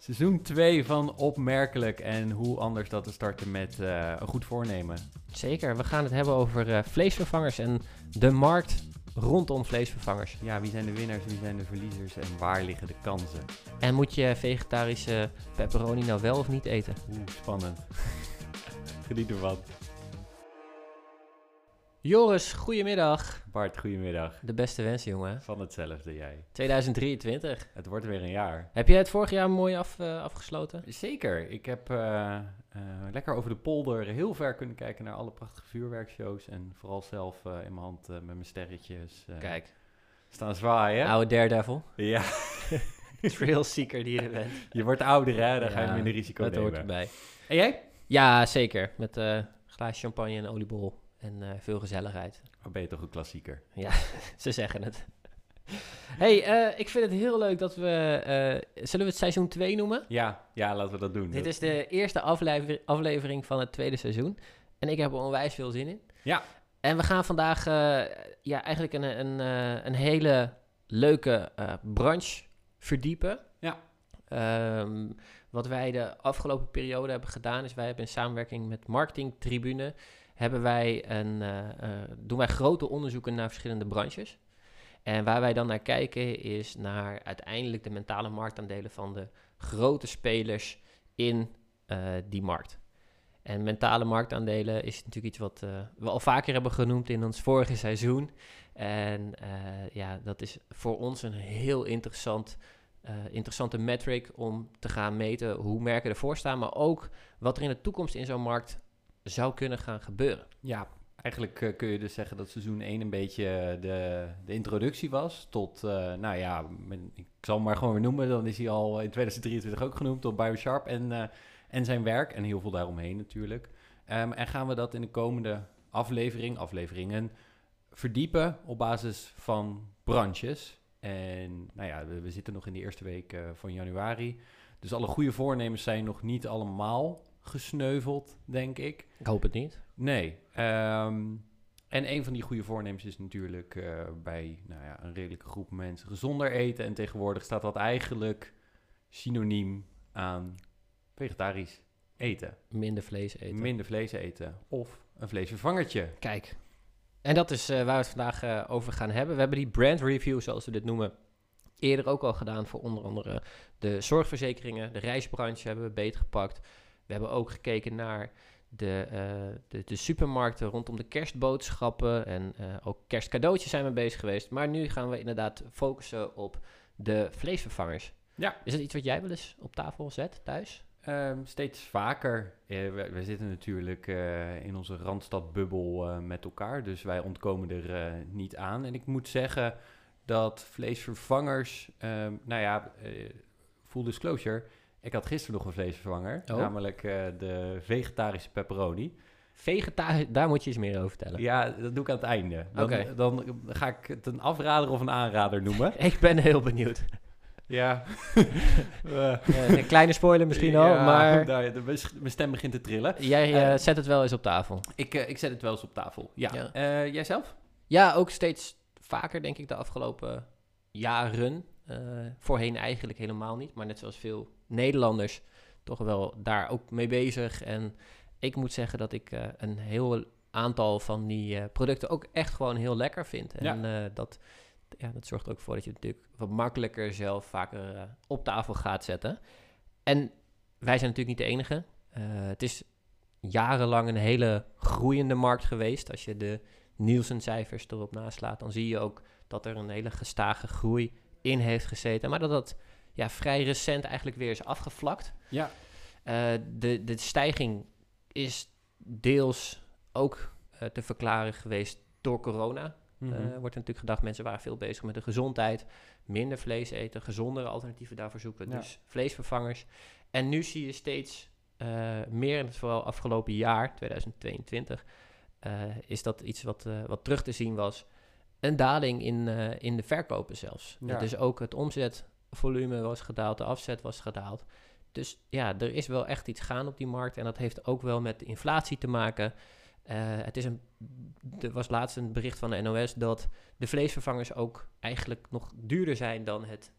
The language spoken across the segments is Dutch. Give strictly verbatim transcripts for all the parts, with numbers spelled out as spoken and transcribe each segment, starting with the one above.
Seizoen twee van Opmerkelijk en hoe anders dat te starten met uh, een goed voornemen. Zeker, we gaan het hebben over uh, vleesvervangers en de markt rondom vleesvervangers. Ja, wie zijn de winnaars, wie zijn de verliezers en waar liggen de kansen? En moet je vegetarische pepperoni nou wel of niet eten? Oeh, spannend. Geniet ervan. Joris, goedemiddag. Bart, goedemiddag. De beste wensen, jongen. Van hetzelfde, jij. tweeduizend drieëntwintig. Het wordt weer een jaar. Heb jij het vorig jaar mooi af, uh, afgesloten? Zeker. Ik heb uh, uh, lekker over de polder heel ver kunnen kijken naar alle prachtige vuurwerkshows. En vooral zelf uh, in mijn hand uh, met mijn sterretjes uh, Kijk. staan zwaaien. Oude daredevil. Ja. Trailseeker die je bent. Je wordt ouder, hè? Dan ja, ga je minder risico dat nemen. hoort erbij. En jij? Ja, zeker. Met een uh, glaasje champagne en oliebol. En uh, veel gezelligheid. Dan ben je toch een klassieker. Ja, ze zeggen het. hey, uh, ik vind het heel leuk dat we... Uh, zullen we het seizoen twee noemen? Ja, ja, laten we dat doen. Dit dat... is de eerste aflever- aflevering van het tweede seizoen. En ik heb er onwijs veel zin in. Ja. En we gaan vandaag uh, ja, eigenlijk een, een, uh, een hele leuke uh, branche verdiepen. Ja. Um, wat wij de afgelopen periode hebben gedaan... is wij hebben in samenwerking met Marketing Tribune... hebben wij een, uh, uh, doen wij grote onderzoeken naar verschillende branches. En waar wij dan naar kijken is naar uiteindelijk de mentale marktaandelen van de grote spelers in uh, die markt. En mentale marktaandelen is natuurlijk iets wat uh, we al vaker hebben genoemd in ons vorige seizoen. En uh, ja, dat is voor ons een heel interessant, uh, interessante metric om te gaan meten hoe merken ervoor staan, maar ook wat er in de toekomst in zo'n markt zou kunnen gaan gebeuren. Ja, eigenlijk uh, kun je dus zeggen dat seizoen één een beetje de, de introductie was tot, uh, nou ja, men, ik zal hem maar gewoon weer noemen, dan is hij al in tweeduizend drieëntwintig ook genoemd, tot Byron Sharp en, uh, en zijn werk en heel veel daaromheen natuurlijk. Um, en gaan we dat in de komende aflevering, afleveringen verdiepen op basis van branches. En nou ja, we, we zitten nog in de eerste week uh, van januari, dus alle goede voornemens zijn nog niet allemaal gesneuveld, denk ik. Ik hoop het niet. Nee. Um, en een van die goede voornemens is natuurlijk uh, bij nou ja, een redelijke groep mensen gezonder eten. En tegenwoordig staat dat eigenlijk synoniem aan vegetarisch eten. Minder vlees eten. Minder vlees eten. Of een vleesvervangertje. Kijk. En dat is uh, waar we het vandaag uh, over gaan hebben. We hebben die brand review, zoals we dit noemen, eerder ook al gedaan voor onder andere de zorgverzekeringen. De reisbranche hebben we beter gepakt. We hebben ook gekeken naar de, uh, de, de supermarkten rondom de kerstboodschappen en uh, ook kerstcadeautjes zijn we bezig geweest. Maar nu gaan we inderdaad focussen op de vleesvervangers. Ja. Is dat iets wat jij wel eens op tafel zet thuis? Um, steeds vaker. Uh, we, we zitten natuurlijk uh, in onze Randstadbubbel uh, met elkaar, dus wij ontkomen er uh, niet aan. En ik moet zeggen dat vleesvervangers, um, nou ja, uh, full disclosure... Ik had gisteren nog een vleesvervanger, oh. namelijk uh, de vegetarische pepperoni. Vegetarisch, daar moet je eens meer over vertellen. Ja, dat doe ik aan het einde. Dan, okay. dan ga ik het een afrader of een aanrader noemen. Ik ben heel benieuwd. Ja. uh, een kleine spoiler misschien al, ja, maar... Nou, mijn stem begint te trillen. Jij uh, uh, zet het wel eens op tafel. Ik, uh, ik zet het wel eens op tafel, ja. ja. Uh, jij zelf? Ja, ook steeds vaker denk ik de afgelopen jaren. Uh, voorheen eigenlijk helemaal niet, maar net zoals veel Nederlanders toch wel daar ook mee bezig. En ik moet zeggen dat ik uh, een heel aantal van die uh, producten ook echt gewoon heel lekker vind. En ja. uh, dat, ja, dat zorgt er ook voor dat je het natuurlijk wat makkelijker zelf vaker uh, op tafel gaat zetten. En wij zijn natuurlijk niet de enige. Uh, het is jarenlang een hele groeiende markt geweest. Als je de Nielsen-cijfers erop naslaat, dan zie je ook dat er een hele gestage groei in heeft gezeten. Maar dat dat ja, vrij recent eigenlijk weer is afgevlakt. Ja. Uh, de, de stijging is deels ook uh, te verklaren geweest door corona. Mm-hmm. Uh, wordt natuurlijk gedacht, mensen waren veel bezig met de gezondheid. Minder vlees eten, gezondere alternatieven daarvoor zoeken. Ja. Dus vleesvervangers. En nu zie je steeds uh, meer, en het vooral afgelopen jaar, tweeduizend tweeëntwintig... Uh, is dat iets wat, uh, wat terug te zien was. Een daling in, uh, in de verkopen zelfs. Ja. Dus ook het omzetvolume was gedaald, de afzet was gedaald. Dus ja, er is wel echt iets gaan op die markt. En dat heeft ook wel met de inflatie te maken. Uh, het is een, er was laatst een bericht van de N O S dat de vleesvervangers ook eigenlijk nog duurder zijn dan het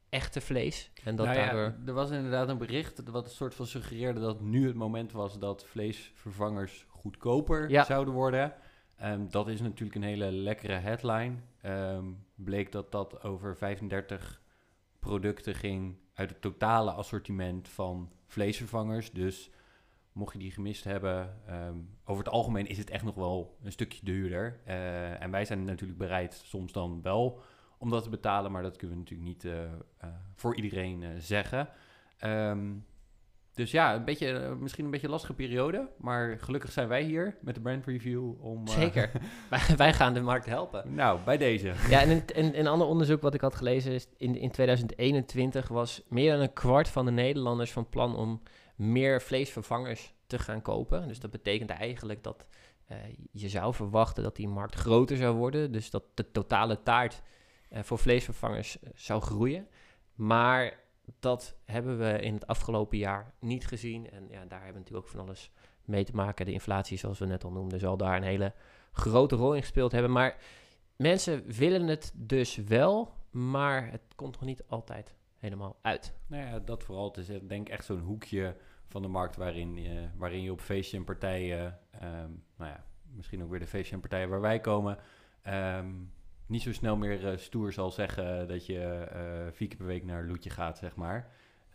echte vlees. En dat nou ja, daardoor... er was inderdaad een bericht wat een soort van suggereerde dat nu het moment was dat vleesvervangers goedkoper Ja. zouden worden. Um, dat is natuurlijk een hele lekkere headline. Um, bleek dat dat over vijfendertig producten ging uit het totale assortiment van vleesvervangers. Dus mocht je die gemist hebben, um, over het algemeen is het echt nog wel een stukje duurder. Uh, en wij zijn natuurlijk bereid soms dan wel om dat te betalen, maar dat kunnen we natuurlijk niet uh, uh, voor iedereen uh, zeggen. Um, dus ja, een beetje, uh, misschien een beetje een lastige periode, maar gelukkig zijn wij hier met de brand review om... Uh, Zeker, wij, wij gaan de markt helpen. Nou, bij deze. Ja, en een, een, een ander onderzoek wat ik had gelezen is, in, in tweeduizend eenentwintig was meer dan een kwart van de Nederlanders van plan om meer vleesvervangers te gaan kopen. Dus dat betekent eigenlijk dat uh, je zou verwachten dat die markt groter zou worden, dus dat de totale taart uh, voor vleesvervangers uh, zou groeien. Maar dat hebben we in het afgelopen jaar niet gezien. En ja, daar hebben we natuurlijk ook van alles mee te maken. De inflatie, zoals we net al noemden, zal daar een hele grote rol in gespeeld hebben. Maar mensen willen het dus wel, maar het komt nog niet altijd helemaal uit. Nou ja, dat vooral. Het is denk ik echt zo'n hoekje van de markt waarin je, waarin je op feestje en partijen, um, nou ja, misschien ook weer de feestje en partijen waar wij komen, um, niet zo snel meer uh, stoer zal zeggen dat je uh, vier keer per week naar Loetje gaat, zeg maar.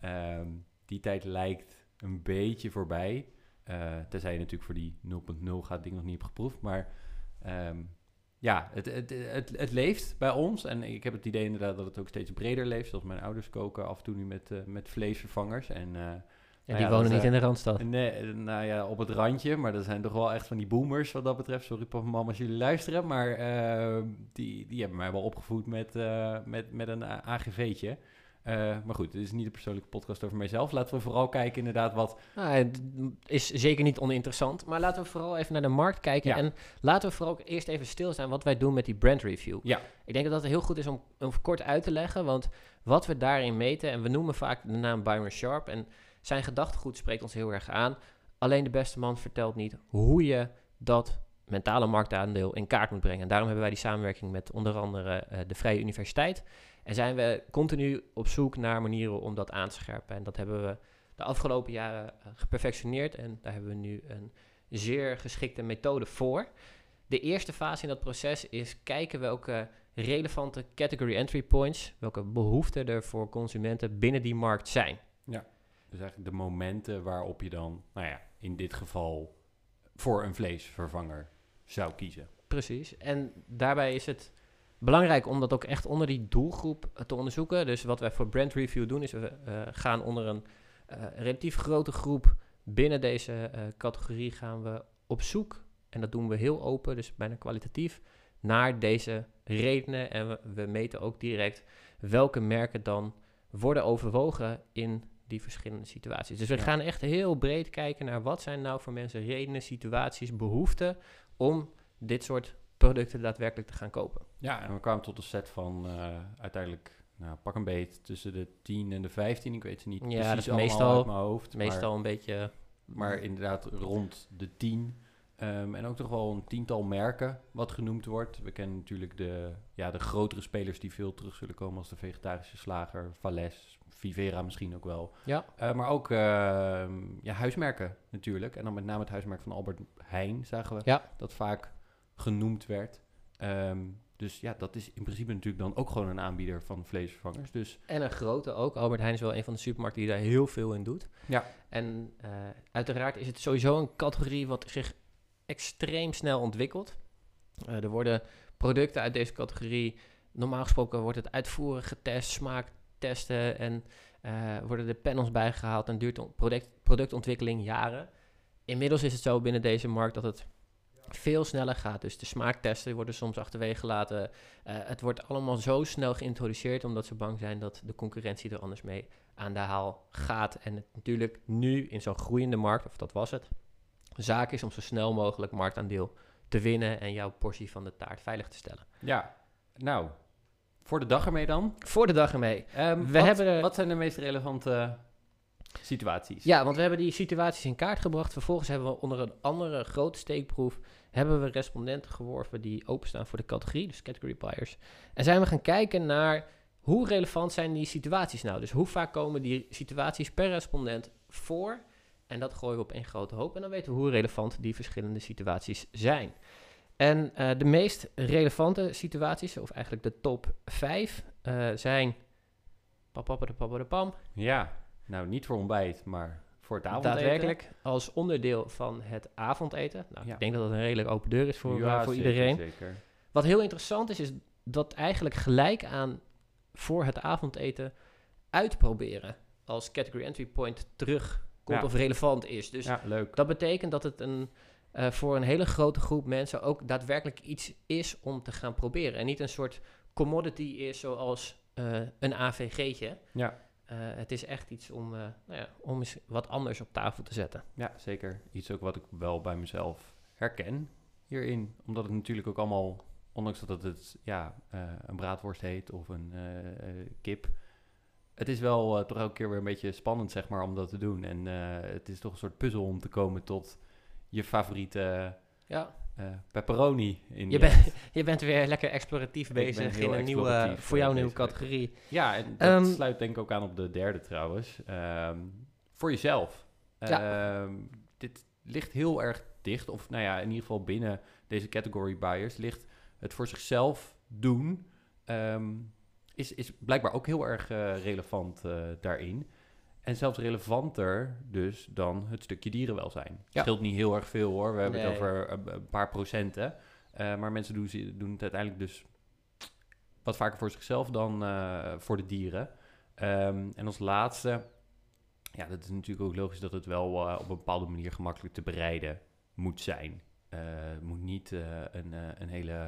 Um, die tijd lijkt een beetje voorbij. Uh, tenzij je natuurlijk voor die nul punt nul gaat, ding nog niet hebt geproefd. Maar um, ja, het, het, het, het leeft bij ons. En ik heb het idee inderdaad dat het ook steeds breder leeft. Zoals mijn ouders koken af en toe nu met, uh, met vleesvervangers. En... Uh, Ja, nou die ja, wonen dat, niet uh, in de Randstad. Nee, nou ja, op het randje. Maar dat zijn toch wel echt van die boomers wat dat betreft. Sorry papa en mama als jullie luisteren. Maar uh, die, die hebben mij wel opgevoed met, uh, met, met een A G V'tje. Uh, maar goed, dit is niet een persoonlijke podcast over mijzelf. Laten we vooral kijken inderdaad wat... Nou, het is zeker niet oninteressant. Maar laten we vooral even naar de markt kijken. Ja. En laten we vooral ook eerst even stilstaan wat wij doen met die brand review. Ja. Ik denk dat het heel goed is om, om kort uit te leggen. Want wat we daarin meten... En we noemen vaak de naam Byron Sharp... En zijn gedachtegoed spreekt ons heel erg aan. Alleen de beste man vertelt niet hoe je dat mentale marktaandeel in kaart moet brengen. En daarom hebben wij die samenwerking met onder andere uh, de Vrije Universiteit. En zijn we continu op zoek naar manieren om dat aan te scherpen. En dat hebben we de afgelopen jaren uh, geperfectioneerd. En daar hebben we nu een zeer geschikte methode voor. De eerste fase in dat proces is kijken welke relevante category entry points, welke behoeften er voor consumenten binnen die markt zijn. Ja. Dus eigenlijk de momenten waarop je dan, nou ja, in dit geval voor een vleesvervanger zou kiezen. Precies. En daarbij is het belangrijk om dat ook echt onder die doelgroep te onderzoeken. Dus wat wij voor brand review doen, is we uh, gaan onder een uh, relatief grote groep binnen deze uh, categorie gaan we op zoek. En dat doen we heel open, dus bijna kwalitatief, naar deze redenen. En we, we meten ook direct welke merken dan worden overwogen in die verschillende situaties. Dus we ja. gaan echt heel breed kijken naar wat zijn nou voor mensen redenen, situaties, behoeften om dit soort producten daadwerkelijk te gaan kopen. Ja, en we kwamen tot een set van uh, uiteindelijk, nou, pak een beet tussen de tien en de vijftien. Ik weet ze niet ja, precies dat is allemaal meestal, uit mijn hoofd. Meestal maar, een beetje... Maar inderdaad rond de tien. Um, en ook toch wel een tiental merken wat genoemd wordt. We kennen natuurlijk de, ja, de grotere spelers die veel terug zullen komen als de vegetarische slager, Valles, Vivera misschien ook wel. Ja. Uh, maar ook uh, ja, huismerken natuurlijk. En dan met name het huismerk van Albert Heijn zagen we ja. dat vaak genoemd werd. Um, dus ja, dat is in principe natuurlijk dan ook gewoon een aanbieder van vleesvervangers. Dus. En een grote ook. Albert Heijn is wel een van de supermarkten die daar heel veel in doet. Ja. En uh, uiteraard is het sowieso een categorie wat zich extreem snel ontwikkelt. Uh, er worden producten uit deze categorie, normaal gesproken wordt het uitvoerig getest, smaaktesten en uh, worden er panels bijgehaald en duurt de product, productontwikkeling jaren. Inmiddels is het zo binnen deze markt dat het veel sneller gaat. Dus de smaaktesten worden soms achterwege gelaten. Uh, het wordt allemaal zo snel geïntroduceerd omdat ze bang zijn dat de concurrentie er anders mee aan de haal gaat. En het natuurlijk nu in zo'n groeiende markt, of dat was het, zaak is om zo snel mogelijk marktaandeel te winnen en jouw portie van de taart veilig te stellen. Ja, nou, voor de dag ermee dan? Voor de dag ermee. Um, we wat, hebben er... wat zijn de meest relevante situaties? Ja, want we hebben die situaties in kaart gebracht. Vervolgens hebben we onder een andere grote steekproef hebben we respondenten geworven die openstaan voor de categorie, dus category buyers. En zijn we gaan kijken naar hoe relevant zijn die situaties nou? Dus hoe vaak komen die situaties per respondent voor? En dat gooien we op één grote hoop. En dan weten we hoe relevant die verschillende situaties zijn. En uh, de meest relevante situaties, of eigenlijk de top vijf, uh, zijn... Pam. Ja, nou niet voor ontbijt, maar voor het avondeten. Daadwerkelijk als onderdeel van het avondeten. Nou, Ja. Ik denk dat dat een redelijk open deur is voor, ja, uh, voor zeker, iedereen. Zeker. Wat heel interessant is, is dat eigenlijk gelijk aan voor het avondeten uitproberen als category entry point terugkomt Ja. of relevant is. Dus Ja, leuk. dat betekent dat het een, uh, voor een hele grote groep mensen ook daadwerkelijk iets is om te gaan proberen. En niet een soort commodity is zoals uh, een A V G'tje. Ja. Uh, het is echt iets om, uh, nou ja, om eens wat anders op tafel te zetten. Ja, zeker. Iets ook wat ik wel bij mezelf herken hierin. Omdat het natuurlijk ook allemaal, ondanks dat het ja, uh, een braadworst heet of een uh, uh, kip. Het is wel uh, toch elke keer weer een beetje spannend, zeg maar, om dat te doen. En uh, het is toch een soort puzzel om te komen tot je favoriete ja. uh, pepperoni. In je, ben, je bent weer lekker exploratief bezig in een nieuwe, voor jou een nieuwe categorie. Ja, en dat um, sluit denk ik ook aan op de derde trouwens. Um, voor jezelf. Ja. Um, dit ligt heel erg dicht, of nou ja, in ieder geval binnen deze category buyers, ligt het voor zichzelf doen, um, is, is blijkbaar ook heel erg uh, relevant uh, daarin. En zelfs relevanter dus dan het stukje dierenwelzijn. Het ja. scheelt niet heel erg veel hoor, we hebben nee. het over een, een paar procenten. Uh, maar mensen doen, doen het uiteindelijk dus wat vaker voor zichzelf dan uh, voor de dieren. Um, en als laatste, ja, dat is natuurlijk ook logisch dat het wel uh, op een bepaalde manier gemakkelijk te bereiden moet zijn. Uh, het moet niet uh, een, uh, een hele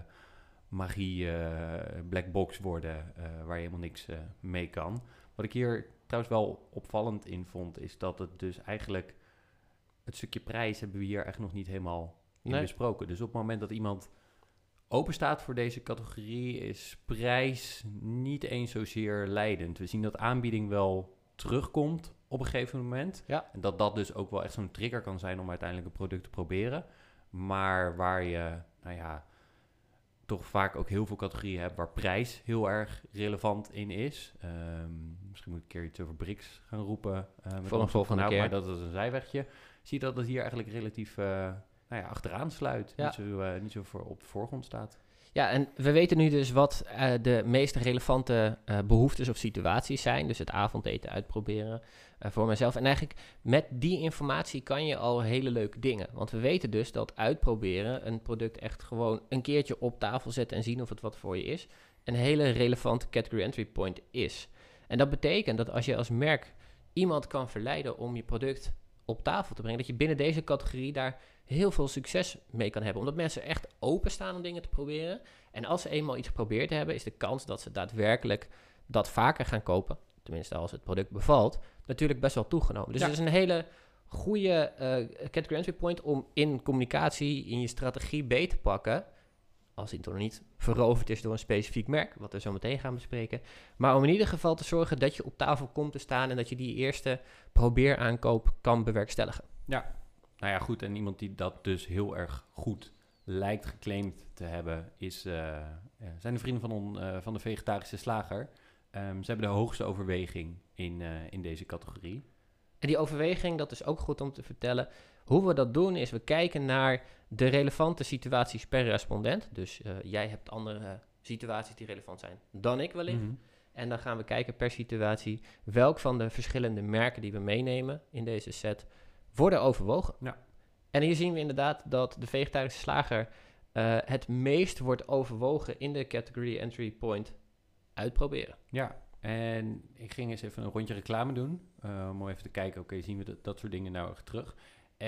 magie uh, black box worden uh, waar je helemaal niks uh, mee kan. Wat ik hier trouwens wel opvallend in vond, is dat het dus eigenlijk het stukje prijs hebben we hier eigenlijk nog niet helemaal in nee. besproken. Dus op het moment dat iemand open staat voor deze categorie, is prijs niet eens zozeer leidend. We zien dat aanbieding wel terugkomt op een gegeven moment. Ja. En dat dat dus ook wel echt zo'n trigger kan zijn om uiteindelijk een product te proberen. Maar waar je, nou ja, toch vaak ook heel veel categorieën hebt waar prijs heel erg relevant in is. Um, misschien moet ik een keer iets over B R I C S gaan roepen. Uh, met Voor een volgende keer. Maar dat is een zijwegje. Zie je dat het hier eigenlijk relatief uh, nou ja, achteraan sluit. Ja. Niet zo, uh, niet zo voor op de voorgrond staat. Ja, en we weten nu dus wat uh, de meest relevante uh, behoeftes of situaties zijn. Dus het avondeten uitproberen uh, voor mezelf. En eigenlijk met die informatie kan je al hele leuke dingen. Want we weten dus dat uitproberen een product echt gewoon een keertje op tafel zetten en zien of het wat voor je is, een hele relevante category entry point is. En dat betekent dat als je als merk iemand kan verleiden om je product op tafel te brengen, dat je binnen deze categorie daar heel veel succes mee kan hebben. Omdat mensen echt openstaan om dingen te proberen. En als ze eenmaal iets geprobeerd hebben, is de kans dat ze daadwerkelijk dat vaker gaan kopen, tenminste als het product bevalt, natuurlijk best wel toegenomen. Dus ja. het is een hele goede uh, category entry point om in communicatie, in je strategie beet te pakken, als die nog niet veroverd is door een specifiek merk, wat we zo meteen gaan bespreken. Maar om in ieder geval te zorgen dat je op tafel komt te staan en dat je die eerste probeeraankoop kan bewerkstelligen. Ja, nou ja, goed. En iemand die dat dus heel erg goed lijkt geclaimd te hebben, is, uh, ja, zijn de vrienden van, on, uh, van de vegetarische slager. Um, ze hebben de hoogste overweging in, uh, in deze categorie. En die overweging, dat is ook goed om te vertellen. Hoe we dat doen is, we kijken naar de relevante situaties per respondent. Dus uh, jij hebt andere situaties die relevant zijn dan ik wellicht. Mm-hmm. En dan gaan we kijken per situatie welk van de verschillende merken die we meenemen in deze set worden overwogen. Ja. En hier zien we inderdaad dat de vegetarische slager uh, het meest wordt overwogen in de category entry point uitproberen. Ja, en ik ging eens even een rondje reclame doen. Uh, om even te kijken, oké, okay, zien we dat, dat soort dingen nou echt terug?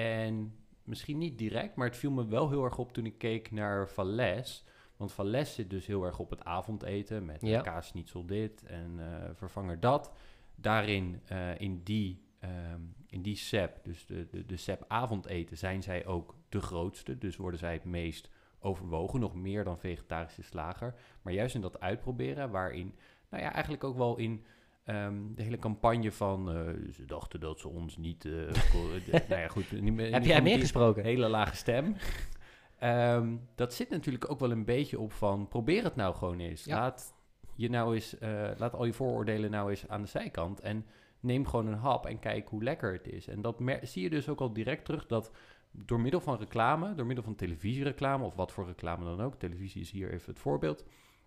En misschien niet direct, maar het viel me wel heel erg op toen ik keek naar Valles. Want Valles zit dus heel erg op het avondeten met ja. kaasschnitzel dit en uh, vervanger dat. Daarin, uh, in die, um, in die S E P, dus de, de, de S E P avondeten, zijn zij ook de grootste. Dus worden zij het meest overwogen, nog meer dan vegetarische slager. Maar juist in dat uitproberen, waarin, nou ja, eigenlijk ook wel in um, de hele campagne van, uh, ze dachten dat ze ons niet, uh, ko- de, nou ja, goed. Niet, Heb jij meer gesproken? Hele lage stem. Um, dat zit natuurlijk ook wel een beetje op van, probeer het nou gewoon eens. Ja. Laat je nou eens, uh, laat al je vooroordelen nou eens aan de zijkant en neem gewoon een hap en kijk hoe lekker het is. En dat mer- zie je dus ook al direct terug dat door middel van reclame, door middel van televisiereclame of wat voor reclame dan ook, televisie is hier even het voorbeeld,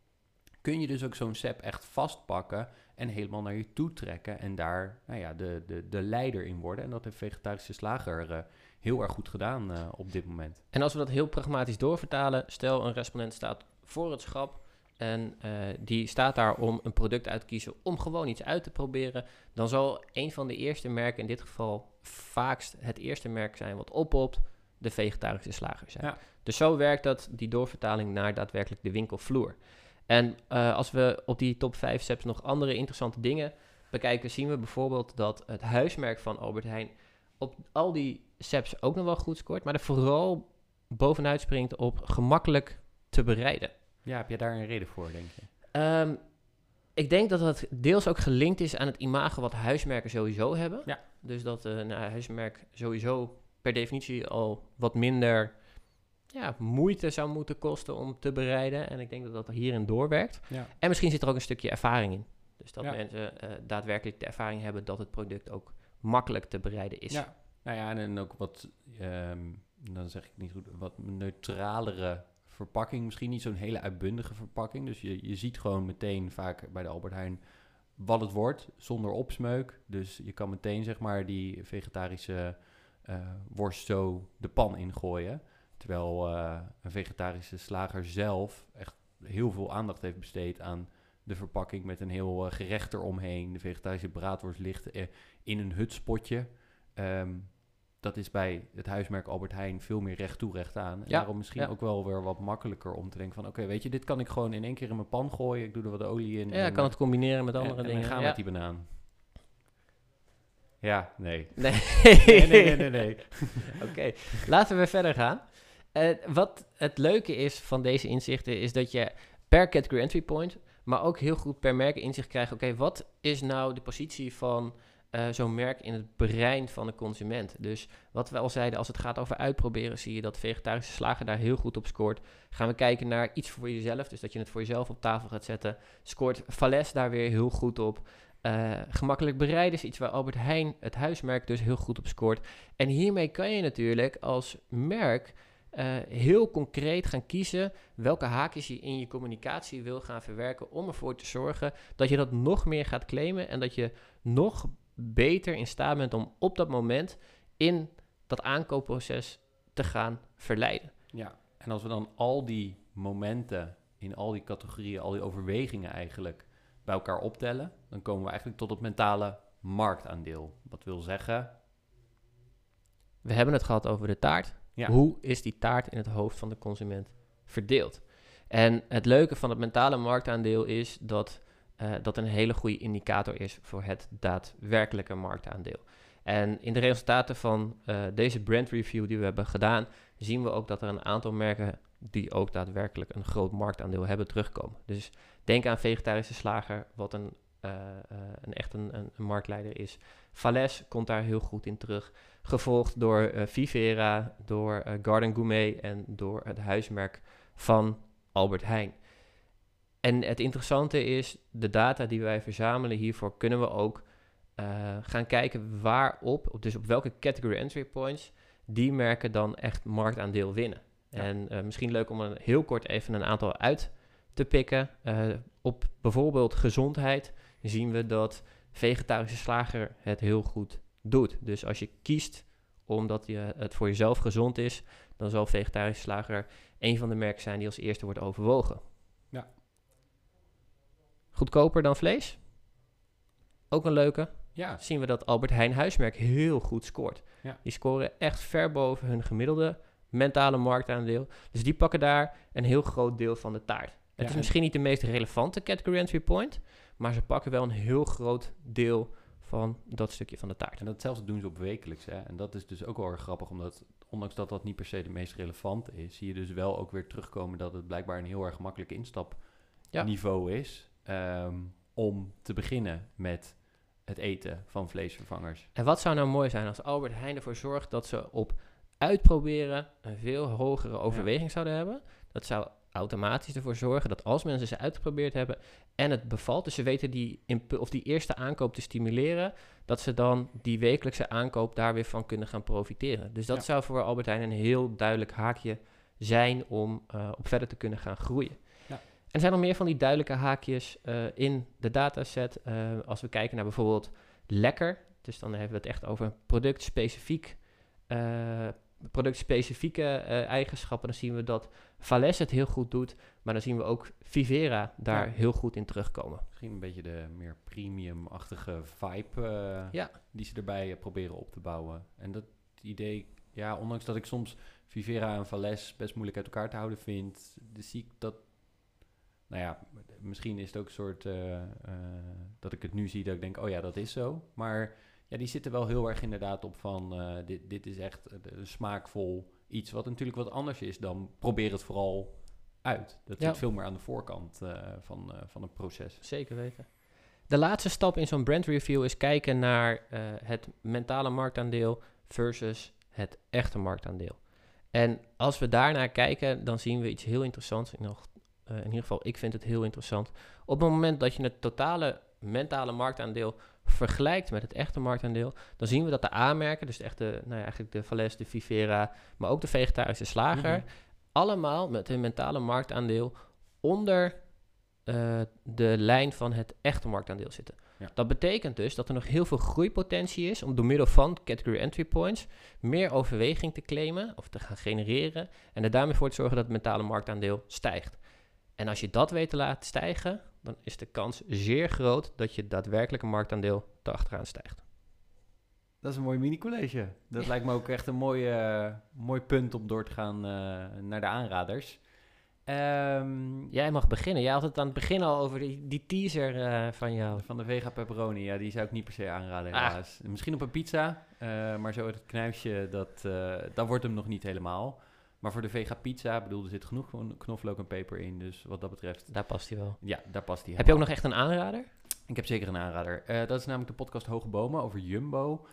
kun je dus ook zo'n sep echt vastpakken en helemaal naar je toe trekken en daar nou ja, de, de, de leider in worden. En dat heeft Vegetarische Slager uh, heel erg goed gedaan uh, op dit moment. En als we dat heel pragmatisch doorvertalen, stel een respondent staat voor het schap en uh, die staat daar om een product uit te kiezen om gewoon iets uit te proberen, dan zal een van de eerste merken, in dit geval vaakst het eerste merk zijn wat oppopt, de Vegetarische Slager zijn. Ja. Dus zo werkt dat, die doorvertaling naar daadwerkelijk de winkelvloer. En uh, als we op die top vijf seps nog andere interessante dingen bekijken, zien we bijvoorbeeld dat het huismerk van Albert Heijn op al die seps ook nog wel goed scoort, maar er vooral bovenuit springt op gemakkelijk te bereiden. Ja, heb je daar een reden voor, denk je? Um, ik denk dat dat deels ook gelinkt is aan het imago wat huismerken sowieso hebben. Ja. Dus dat een uh, huismerk sowieso per definitie al wat minder ja, moeite zou moeten kosten om te bereiden. En ik denk dat dat hierin doorwerkt. Ja. En misschien zit er ook een stukje ervaring in. Dus dat ja. mensen uh, daadwerkelijk de ervaring hebben dat het product ook makkelijk te bereiden is. Ja, nou ja, en, en ook wat, um, dan zeg ik niet goed, wat neutralere verpakking. Misschien niet zo'n hele uitbundige verpakking. Dus je, je ziet gewoon meteen vaak bij de Albert Heijn wat het wordt, zonder opsmeuk. Dus je kan meteen zeg maar die vegetarische uh, worst zo de pan ingooien. Terwijl uh, een vegetarische slager zelf echt heel veel aandacht heeft besteed aan de verpakking met een heel uh, gerecht eromheen. De vegetarische braadworst ligt uh, in een hutspotje. Um, dat is bij het huismerk Albert Heijn veel meer recht toe, recht aan. En ja, daarom misschien ja. ook wel weer wat makkelijker om te denken van... oké, okay, weet je, dit kan ik gewoon in één keer in mijn pan gooien. Ik doe er wat olie in. Ja, ik kan het combineren met andere en, dingen. En gaan ja. met die banaan. Ja, nee. Nee, nee, nee, nee. nee, nee. Oké, okay. Laten we verder gaan. Uh, wat het leuke is van deze inzichten is dat je per category entry point, maar ook heel goed per merk inzicht krijgt. Oké, okay, wat is nou de positie van uh, zo'n merk in het brein van de consument? Dus wat we al zeiden, als het gaat over uitproberen, zie je dat Vegetarische Slager daar heel goed op scoort. Gaan we kijken naar iets voor jezelf, dus dat je het voor jezelf op tafel gaat zetten. Scoort Valles daar weer heel goed op. Uh, gemakkelijk bereiden is iets waar Albert Heijn, het huismerk, dus heel goed op scoort. En hiermee kan je natuurlijk als merk Uh, heel concreet gaan kiezen welke haakjes je in je communicatie wil gaan verwerken om ervoor te zorgen dat je dat nog meer gaat claimen en dat je nog beter in staat bent om op dat moment in dat aankoopproces te gaan verleiden. Ja, en als we dan al die momenten in al die categorieën, al die overwegingen eigenlijk bij elkaar optellen, dan komen we eigenlijk tot het mentale marktaandeel. Wat wil zeggen? We hebben het gehad over de taart. Ja. Hoe is die taart in het hoofd van de consument verdeeld? En het leuke van het mentale marktaandeel is dat uh, dat een hele goede indicator is voor het daadwerkelijke marktaandeel. En in de resultaten van uh, deze brand review die we hebben gedaan, zien we ook dat er een aantal merken die ook daadwerkelijk een groot marktaandeel hebben terugkomen. Dus denk aan Vegetarische Slager, wat een, uh, uh, een echt een, een, een marktleider is. Valles komt daar heel goed in terug. Gevolgd door uh, Vivera, door uh, Garden Gourmet en door het huismerk van Albert Heijn. En het interessante is, de data die wij verzamelen hiervoor kunnen we ook uh, gaan kijken waarop, dus op welke category entry points, die merken dan echt marktaandeel winnen. Ja. En uh, misschien leuk om een heel kort even een aantal uit te pikken. Uh, op bijvoorbeeld gezondheid zien we dat Vegetarische Slager het heel goed doet. Dus als je kiest omdat je het voor jezelf gezond is, dan zal Vegetarische Slager een van de merken zijn die als eerste wordt overwogen. Ja. Goedkoper dan vlees? Ook een leuke. Ja. Zien we dat Albert Heijn huismerk heel goed scoort. Ja. Die scoren echt ver boven hun gemiddelde mentale marktaandeel. Dus die pakken daar een heel groot deel van de taart. Het ja, is misschien niet de meest relevante category entry point, maar ze pakken wel een heel groot deel van dat stukje van de taart. En datzelfde doen ze op wekelijks. Hè? En dat is dus ook wel erg grappig, omdat ondanks dat dat niet per se de meest relevante is, zie je dus wel ook weer terugkomen dat het blijkbaar een heel erg makkelijk instapniveau ja. is um, om te beginnen met het eten van vleesvervangers. En wat zou nou mooi zijn als Albert Heijn ervoor zorgt dat ze op uitproberen een veel hogere overweging ja. zouden hebben? Dat zou automatisch ervoor zorgen dat als mensen ze uitgeprobeerd hebben en het bevalt, dus ze weten die, impu- of die eerste aankoop te stimuleren, dat ze dan die wekelijkse aankoop daar weer van kunnen gaan profiteren. Dus dat Ja. zou voor Albert Heijn een heel duidelijk haakje zijn om uh, op verder te kunnen gaan groeien. Ja. En er zijn nog meer van die duidelijke haakjes uh, in de dataset. Uh, als we kijken naar bijvoorbeeld Lekker, dus dan hebben we het echt over productspecifiek uh, productspecifieke uh, eigenschappen, dan zien we dat Vales het heel goed doet, maar dan zien we ook Vivera daar Ja. heel goed in terugkomen. Misschien een beetje de meer premium-achtige vibe uh, Ja. die ze erbij uh, proberen op te bouwen. En dat idee, ja, ondanks dat ik soms Vivera en Vales best moeilijk uit elkaar te houden vind, dus zie ik dat, nou ja, misschien is het ook een soort, uh, uh, dat ik het nu zie dat ik denk, oh ja, dat is zo, maar ja, die zitten wel heel erg inderdaad op van, uh, dit, dit is echt een smaakvol iets, wat natuurlijk wat anders is dan probeer het vooral uit. Dat Ja. zit veel meer aan de voorkant uh, van, uh, van het proces. Zeker weten. De laatste stap in zo'n brand review is kijken naar uh, het mentale marktaandeel versus het echte marktaandeel. En als we daarnaar kijken, dan zien we iets heel interessants. In, nog, uh, in ieder geval, ik vind het heel interessant. Op het moment dat je het totale mentale marktaandeel vergelijkt met het echte marktaandeel, dan zien we dat de A-merken, dus de echte, nou ja, eigenlijk de Vales, de Vivera, maar ook de vegetarische slager, Mm-hmm. allemaal met hun mentale marktaandeel onder uh, de lijn van het echte marktaandeel zitten. Ja. Dat betekent dus dat er nog heel veel groeipotentie is om door middel van category entry points meer overweging te claimen of te gaan genereren en er daarmee voor te zorgen dat het mentale marktaandeel stijgt. En als je dat weet te laten stijgen, dan is de kans zeer groot dat je daadwerkelijke marktaandeel erachteraan stijgt. Dat is een mooi mini-college. Dat Ja. lijkt me ook echt een mooi, uh, mooi punt om door te gaan uh, naar de aanraders. Um, Jij mag beginnen. Jij had het aan het begin al over die, die teaser uh, van jou. Van de Vega Pepperoni, ja, die zou ik niet per se aanraden Ah. helaas. Misschien op een pizza, uh, maar zo uit het knuisje, dat, uh, dat wordt hem nog niet helemaal. Maar voor de Vega pizza, bedoel, er zit genoeg knoflook en peper in, dus wat dat betreft... Daar past hij wel. Ja, daar past hij. Heb je ook nog echt een aanrader? Ik heb zeker een aanrader. Uh, dat is namelijk de podcast Hoge Bomen over Jumbo.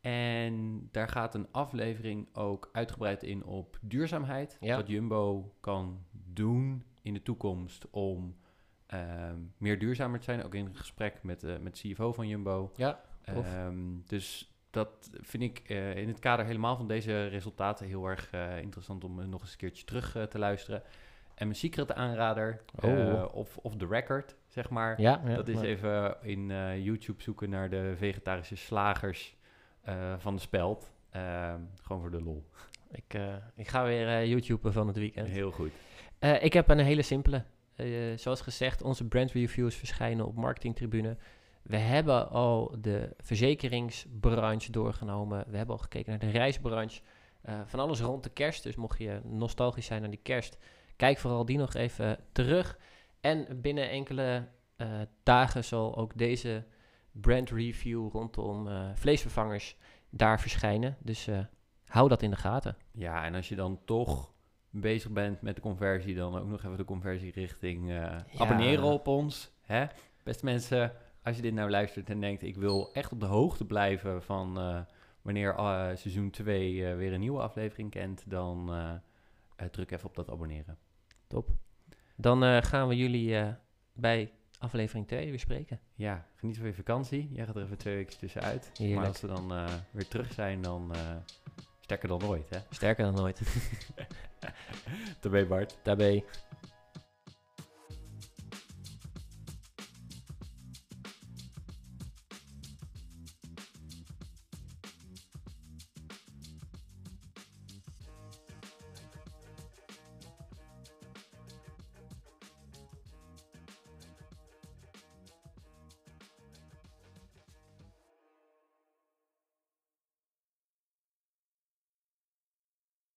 En daar gaat een aflevering ook uitgebreid in op duurzaamheid. Ja. Wat Jumbo kan doen in de toekomst om uh, meer duurzamer te zijn. Ook in een gesprek met, uh, met de C F O van Jumbo. Ja, um, dus dat vind ik uh, in het kader helemaal van deze resultaten heel erg uh, interessant om uh, nog eens een keertje terug uh, te luisteren. En mijn secret aanrader, oh. uh, of, of The Record, zeg maar. Ja, ja, dat is maar... even in uh, YouTube zoeken naar de vegetarische slagers uh, van de Speld. Uh, gewoon voor de lol. Ik, uh, ik ga weer uh, YouTuben van het weekend. Heel goed. Uh, ik heb een hele simpele. Uh, zoals gezegd, onze brand reviews verschijnen op Marketing Tribune. We hebben al de verzekeringsbranche doorgenomen. We hebben al gekeken naar de reisbranche. Uh, van alles rond de kerst. Dus mocht je nostalgisch zijn naar die kerst, kijk vooral die nog even terug. En binnen enkele uh, dagen zal ook deze brand review rondom uh, vleesvervangers daar verschijnen. Dus uh, hou dat in de gaten. Ja, en als je dan toch bezig bent met de conversie, dan ook nog even de conversie richting uh, ja. abonneren op ons. Hè? Beste mensen, als je dit nou luistert en denkt, ik wil echt op de hoogte blijven van uh, wanneer uh, seizoen twee uh, weer een nieuwe aflevering kent, dan uh, uh, druk even op dat abonneren. Top. Dan uh, gaan we jullie uh, bij aflevering twee weer spreken. Ja, geniet van je vakantie. Jij gaat er even twee weken tussenuit. Heerlijk. Maar als we dan uh, weer terug zijn, dan uh, sterker dan ooit, hè? Sterker dan ooit. Daarbij Bart. Daarbij.